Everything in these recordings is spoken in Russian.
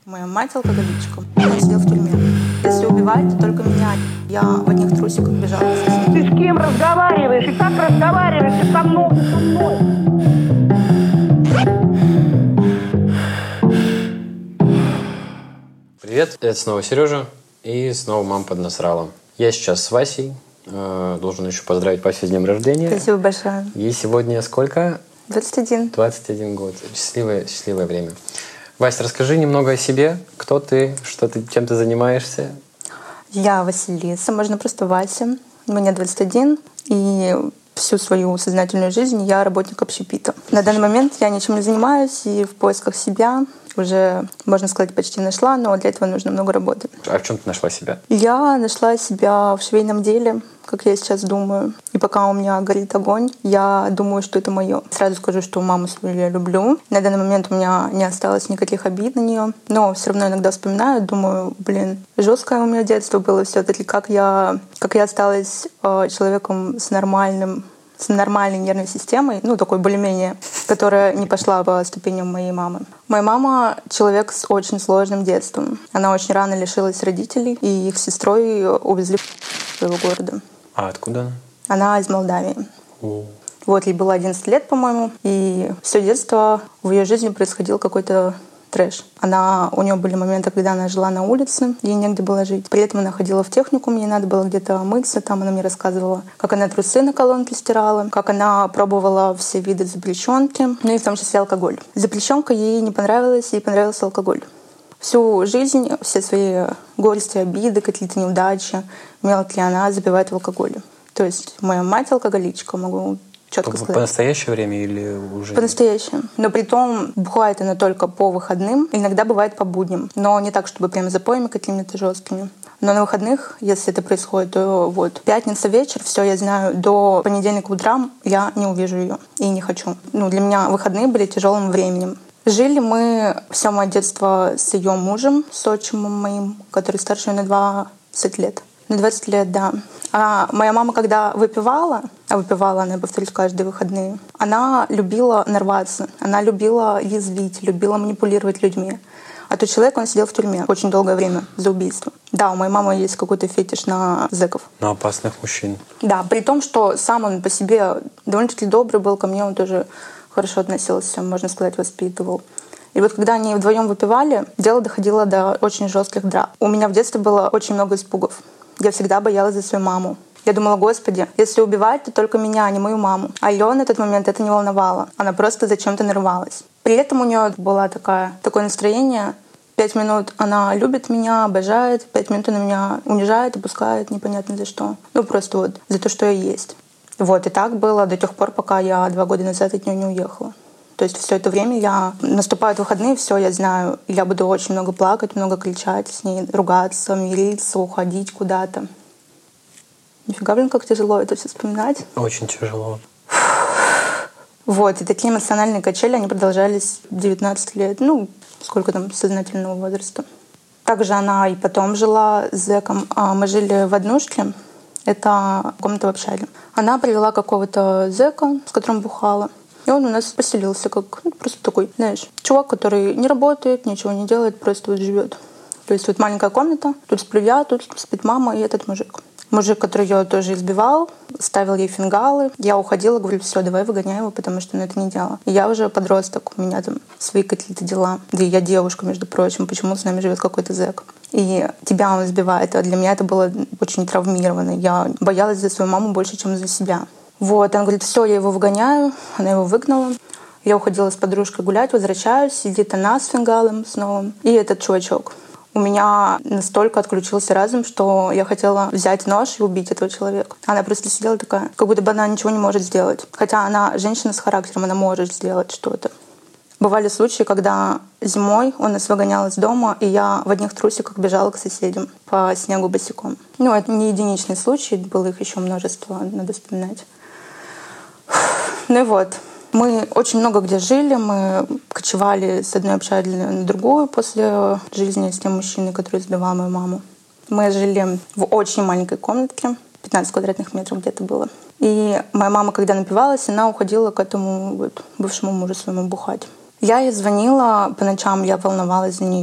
Моя мать алкоголичка. Он сидел в тюрьме. Если убивать, то только меня. Я в одних трусиках бежала с соседей. Ты с кем разговариваешь? И как разговариваешь? Ты со мной, ты со мной. Привет, это снова Сережа и снова мама поднасрала. Я сейчас с Васей. Должен еще поздравить Васю с днем рождения. Спасибо большое. Ей сегодня сколько? 21. 21 год. Счастливое время. Вася, расскажи немного о себе. Кто ты, чем ты занимаешься? Я Василиса, можно просто Вася. Мне 21, и всю свою сознательную жизнь я работник общепита. На данный момент я ничем не занимаюсь, и в поисках себя уже, можно сказать, почти нашла, но для этого нужно много работы. А в чем ты нашла себя? Я нашла себя в швейном деле, как я сейчас думаю. И пока у меня горит огонь, я думаю, что это мое. Сразу скажу, что маму свою я люблю. На данный момент у меня не осталось никаких обид на нее, но все равно иногда вспоминаю, думаю, жесткое у меня детство было все-таки, как я осталась человеком с нормальной нервной системой, такой более-менее, которая не пошла по ступеням моей мамы. Моя мама — человек с очень сложным детством. Она очень рано лишилась родителей, и их с сестрой увезли в своего города. А откуда она? Она из Молдавии. Вот, ей было 11 лет, по-моему, и все детство в ее жизни происходил какой-то трэш. У нее были моменты, когда она жила на улице, ей негде было жить. При этом она ходила в техникум, ей надо было где-то мыться. Там она мне рассказывала, как она трусы на колонке стирала, как она пробовала все виды запрещенки, и в том числе алкоголь. Запрещенка ей не понравилась, ей понравился алкоголь. Всю жизнь, все свои горести, обиды, какие-то неудачи, мелкие, она забивает в алкоголе. То есть моя мать алкоголичка, могу четко сказать. По настоящее время или уже? По настоящему. Но притом бухает она только по выходным, иногда бывает по будням. Но не так, чтобы прям запоями какими-то жесткими. Но на выходных, если это происходит, то пятница вечер, все, я знаю, до понедельника утром я не увижу ее и не хочу. Для меня выходные были тяжелым временем. Жили мы все мое детство с ее мужем, с отчимом моим, который старше ее на 20 лет. На 20 лет, да. А моя мама, когда выпивала, она, я повторюсь, каждые выходные, она любила нарваться, она любила язвить, любила манипулировать людьми. А тот человек, он сидел в тюрьме очень долгое время за убийство. Да, у моей мамы есть какой-то фетиш на зэков. На опасных мужчин. Да, при том, что сам он по себе довольно-таки добрый был ко мне, он тоже хорошо относился, можно сказать, воспитывал. И когда они вдвоем выпивали, дело доходило до очень жестких драк. У меня в детстве было очень много испугов. Я всегда боялась за свою маму. Я думала, Господи, если убивать, то только меня, а не мою маму. А ее на тот момент это не волновало. Она просто зачем-то нарывалась. При этом у нее было такое настроение. 5 минут она любит меня, обожает, 5 минут она меня унижает, опускает, непонятно за что. Просто за то, что я есть. И так было до тех пор, пока я 2 года назад от нее не уехала. То есть все это время наступают выходные, все, я знаю, я буду очень много плакать, много кричать с ней, ругаться, мириться, уходить куда-то. Нифига, как тяжело это все вспоминать. Очень тяжело. И такие эмоциональные качели, они продолжались 19 лет, сколько там сознательного возраста. Также она и потом жила с зэком. Мы жили в однушке, это комната в общаге. Она привела какого-то зэка, с которым бухала. И он у нас поселился как просто такой, чувак, который не работает, ничего не делает, просто живет. То есть маленькая комната, тут сплю я, тут спит мама и этот мужик. Мужик, который ее тоже избивал, ставил ей фингалы. Я уходила, говорю, все, давай выгоняй его, потому что он это не делал. И я уже подросток, у меня там свои какие-то дела. Да и я девушка, между прочим, почему с нами живет какой-то зэк. И тебя он избивает. А для меня это было очень травмированно. Я боялась за свою маму больше, чем за себя. Она говорит, все, я его выгоняю. Она его выгнала. Я уходила с подружкой гулять, возвращаюсь, сидит она с фингалом снова. И этот чувачок. У меня настолько отключился разум, что я хотела взять нож и убить этого человека. Она просто сидела такая, как будто бы она ничего не может сделать. Хотя она женщина с характером, она может сделать что-то. Бывали случаи, когда зимой он нас выгонял из дома, и я в одних трусиках бежала к соседям по снегу босиком. Это не единичный случай, было их еще множество, надо вспоминать. Мы очень много где жили, мы кочевали с одной общаги на другую после жизни с тем мужчиной, который избивал мою маму. Мы жили в очень маленькой комнатке, 15 квадратных метров где-то было. И моя мама, когда напивалась, она уходила к этому бывшему мужу своему бухать. Я ей звонила по ночам, я волновалась за нее.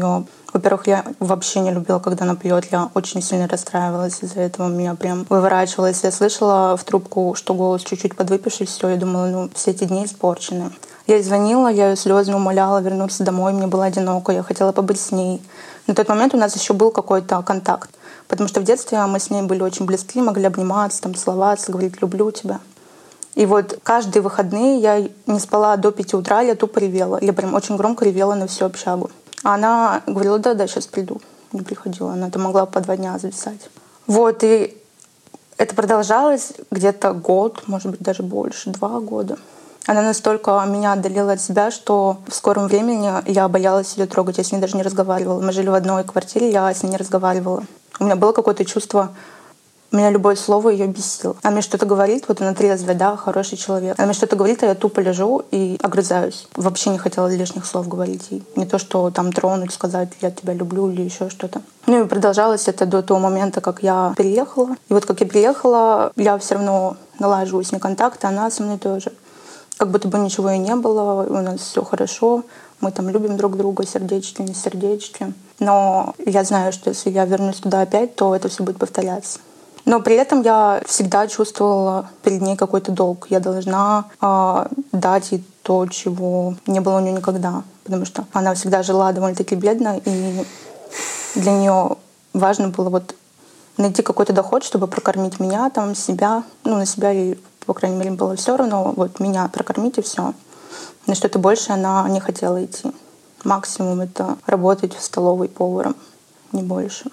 Во-первых, я вообще не любила, когда она пьет. Я очень сильно расстраивалась из-за этого. Меня прям выворачивалось. Я слышала в трубку, что голос чуть-чуть подвыпивший, все. Я думала, все эти дни испорчены. Я ей звонила, я ее слезно умоляла вернуться домой. Мне было одиноко, я хотела побыть с ней. На тот момент у нас еще был какой-то контакт. Потому что в детстве мы с ней были очень близки, могли обниматься, там, целоваться, говорить «люблю тебя». И вот каждые выходные я не спала до 5 утра, я тупо ревела. Я прям очень громко ревела на всю общагу. А она говорила: да, сейчас приду. Не приходила. Она там могла по 2 дня зависать. Вот, и это продолжалось где-то год, может быть, даже больше, 2 года. Она настолько меня отдалила от себя, что в скором времени я боялась ее трогать. Я с ней даже не разговаривала. Мы жили в одной квартире, я с ней не разговаривала. У меня было какое-то чувство, меня любое слово ее бесило. Она мне что-то говорит, вот она трезвая, да, хороший человек. Она мне что-то говорит, а я тупо лежу и огрызаюсь. Вообще не хотела лишних слов говорить ей. Не то, что там тронуть, сказать «я тебя люблю» или еще что-то. Ну и продолжалось это до того момента, как я переехала. И вот как я переехала, я все равно налаживаю с ней контакты, она со мной тоже. Как будто бы ничего и не было, у нас все хорошо. Мы там любим друг друга, сердечки, не сердечки. Но я знаю, что если я вернусь туда опять, то это все будет повторяться. Но при этом я всегда чувствовала перед ней какой-то долг. Я должна дать ей то, чего не было у нее никогда. Потому что она всегда жила довольно-таки бедно, и для нее важно было вот найти какой-то доход, чтобы прокормить меня, там, себя. Ну, на себя ей, по крайней мере, было все равно. Вот меня прокормить и все. На что-то больше она не хотела идти. Максимум — это работать в столовой поваром, не больше.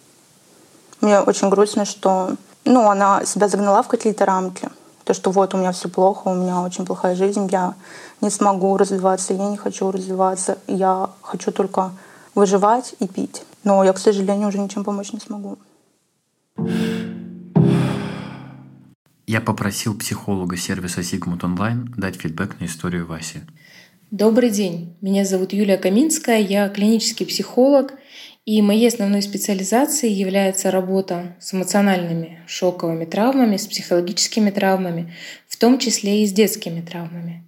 Мне очень грустно, что она себя загнала в какие-то рамки. То, что вот у меня все плохо, у меня очень плохая жизнь, я не смогу развиваться, я не хочу развиваться, я хочу только выживать и пить. Но я, к сожалению, уже ничем помочь не смогу. Я попросил психолога сервиса Sigmund Online дать фидбэк на историю Васи. Добрый день, меня зовут Юлия Каминская, я клинический психолог, и моей основной специализацией является работа с эмоциональными шоковыми травмами, с психологическими травмами, в том числе и с детскими травмами.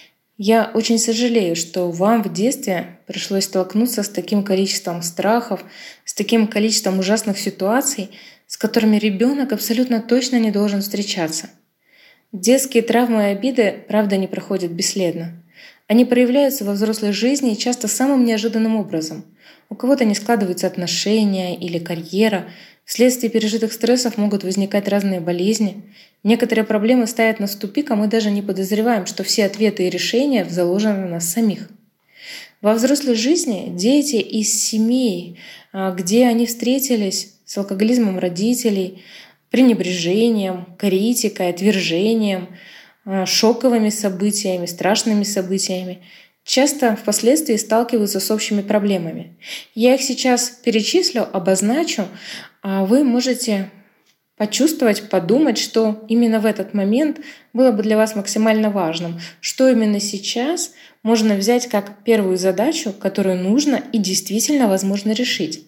Я очень сожалею, что вам в детстве пришлось столкнуться с таким количеством страхов, с таким количеством ужасных ситуаций, с которыми ребенок абсолютно точно не должен встречаться. Детские травмы и обиды, правда, не проходят бесследно. Они проявляются во взрослой жизни и часто самым неожиданным образом. У кого-то не складываются отношения или карьера, вследствие пережитых стрессов могут возникать разные болезни. Некоторые проблемы ставят нас в тупик, а мы даже не подозреваем, что все ответы и решения заложены в нас самих. Во взрослой жизни дети из семей, где они встретились с алкоголизмом родителей, пренебрежением, критикой, отвержением, шоковыми событиями, страшными событиями, часто впоследствии сталкиваются с общими проблемами. Я их сейчас перечислю, обозначу, а вы можете почувствовать, подумать, что именно в этот момент было бы для вас максимально важным, что именно сейчас можно взять как первую задачу, которую нужно и действительно возможно решить.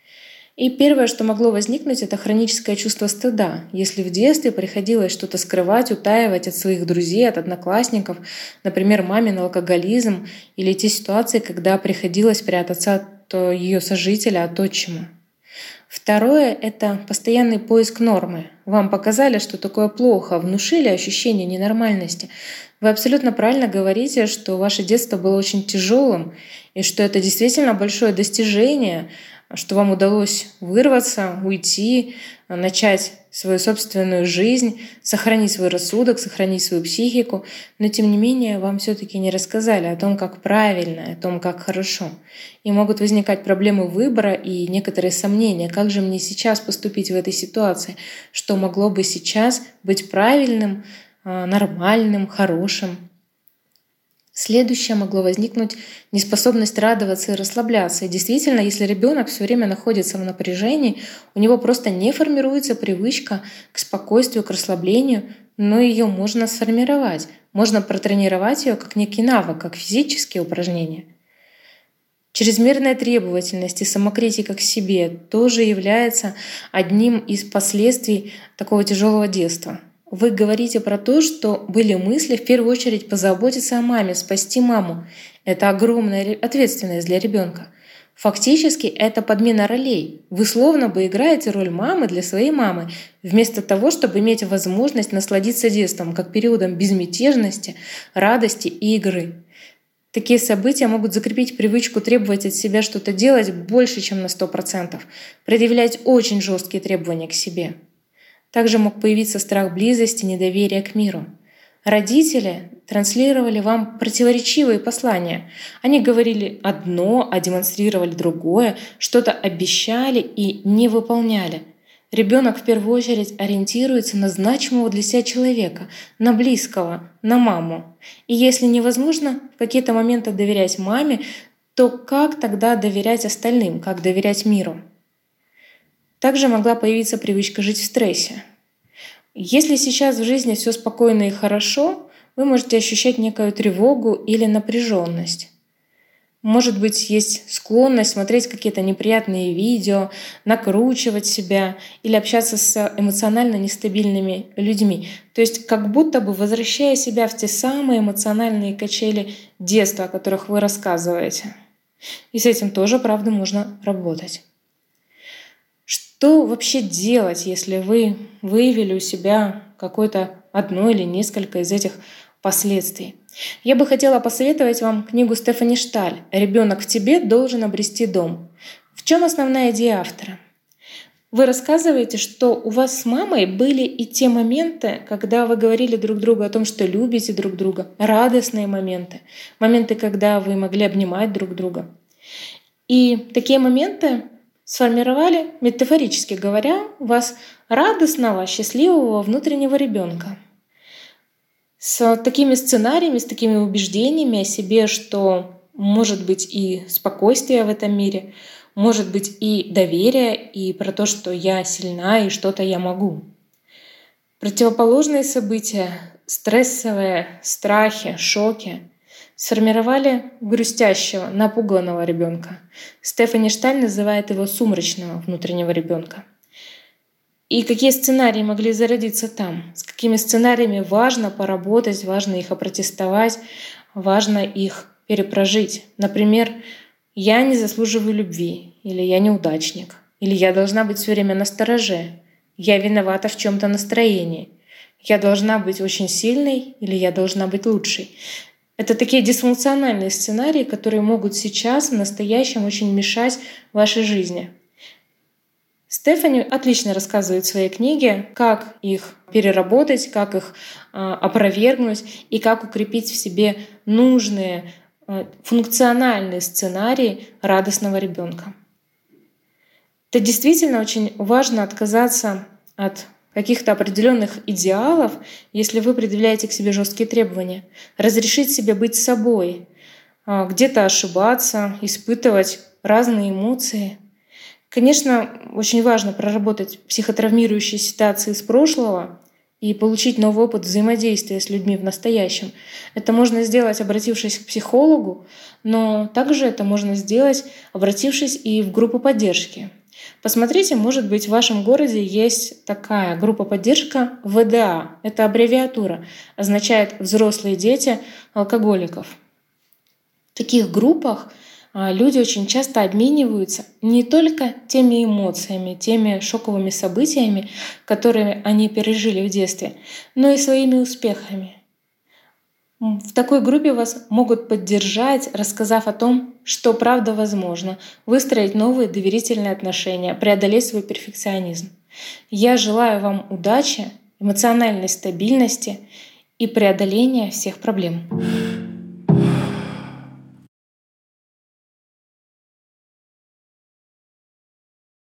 И первое, что могло возникнуть, это хроническое чувство стыда. Если в детстве приходилось что-то скрывать, утаивать от своих друзей, от одноклассников, например, мамин алкоголизм, или те ситуации, когда приходилось прятаться от ее сожителя, от отчима. Второе — это постоянный поиск нормы. Вам показали, что такое плохо, внушили ощущение ненормальности. Вы абсолютно правильно говорите, что ваше детство было очень тяжелым, и что это действительно большое достижение, что вам удалось вырваться, уйти, начать свою собственную жизнь, сохранить свой рассудок, сохранить свою психику. Но тем не менее вам все-таки не рассказали о том, как правильно, о том, как хорошо. И могут возникать проблемы выбора и некоторые сомнения, как же мне сейчас поступить в этой ситуации, что могло бы сейчас быть правильным, нормальным, хорошим. Следующее могло возникнуть неспособность радоваться и расслабляться. И действительно, если ребенок все время находится в напряжении, у него просто не формируется привычка к спокойствию, к расслаблению, но ее можно сформировать. Можно протренировать ее как некий навык, как физические упражнения. Чрезмерная требовательность и самокритика к себе тоже является одним из последствий такого тяжелого детства. Вы говорите про то, что были мысли в первую очередь позаботиться о маме, спасти маму. Это огромная ответственность для ребенка. Фактически это подмена ролей. Вы словно бы играете роль мамы для своей мамы, вместо того, чтобы иметь возможность насладиться детством как периодом безмятежности, радости и игры. Такие события могут закрепить привычку требовать от себя что-то делать больше, чем на 100%, предъявлять очень жесткие требования к себе. Также мог появиться страх близости, недоверие к миру. Родители транслировали вам противоречивые послания. Они говорили одно, а демонстрировали другое, что-то обещали и не выполняли. Ребенок в первую очередь ориентируется на значимого для себя человека, на близкого, на маму. И если невозможно в какие-то моменты доверять маме, то как тогда доверять остальным, как доверять миру? Также могла появиться привычка жить в стрессе. Если сейчас в жизни все спокойно и хорошо, вы можете ощущать некую тревогу или напряженность. Может быть, есть склонность смотреть какие-то неприятные видео, накручивать себя или общаться с эмоционально нестабильными людьми. То есть как будто бы возвращая себя в те самые эмоциональные качели детства, о которых вы рассказываете. И с этим тоже, правда, можно работать. Что вообще делать, если вы выявили у себя какое-то одно или несколько из этих последствий? Я бы хотела посоветовать вам книгу Стефани Шталь «Ребенок в тебе должен обрести дом». В чем основная идея автора? Вы рассказываете, что у вас с мамой были и те моменты, когда вы говорили друг другу о том, что любите друг друга, радостные моменты, моменты, когда вы могли обнимать друг друга. И такие моменты сформировали, метафорически говоря, вас радостного, счастливого внутреннего ребенка. С такими сценариями, с такими убеждениями о себе, что может быть и спокойствие в этом мире, может быть и доверие, и про то, что я сильна и что-то я могу. Противоположные события, стрессовые, страхи, шоки сформировали грустящего, напуганного ребенка. Стефани Шталь называет его сумрачного внутреннего ребенка. И какие сценарии могли зародиться там? С какими сценариями важно поработать, важно их опротестовать, важно их перепрожить. Например, «я не заслуживаю любви», или «я неудачник», или «я должна быть все время настороже», «я виновата в чем-то настроении», «я должна быть очень сильной», или «я должна быть лучшей». Это такие дисфункциональные сценарии, которые могут сейчас, в настоящем, очень мешать вашей жизни. Стефани отлично рассказывает в своей книге, как их переработать, как их опровергнуть и как укрепить в себе нужные функциональные сценарии радостного ребенка. Это действительно очень важно отказаться от каких-то определенных идеалов, если вы предъявляете к себе жесткие требования. Разрешить себе быть собой, где-то ошибаться, испытывать разные эмоции. Конечно, очень важно проработать психотравмирующие ситуации из прошлого и получить новый опыт взаимодействия с людьми в настоящем. Это можно сделать, обратившись к психологу, но также это можно сделать, обратившись и в группу поддержки. Посмотрите, может быть, в вашем городе есть такая группа поддержка ВДА. Это аббревиатура, означает «взрослые дети алкоголиков». В таких группах люди очень часто обмениваются не только теми эмоциями, теми шоковыми событиями, которые они пережили в детстве, но и своими успехами. В такой группе вас могут поддержать, рассказав о том, что правда возможно, выстроить новые доверительные отношения, преодолеть свой перфекционизм. Я желаю вам удачи, эмоциональной стабильности и преодоления всех проблем.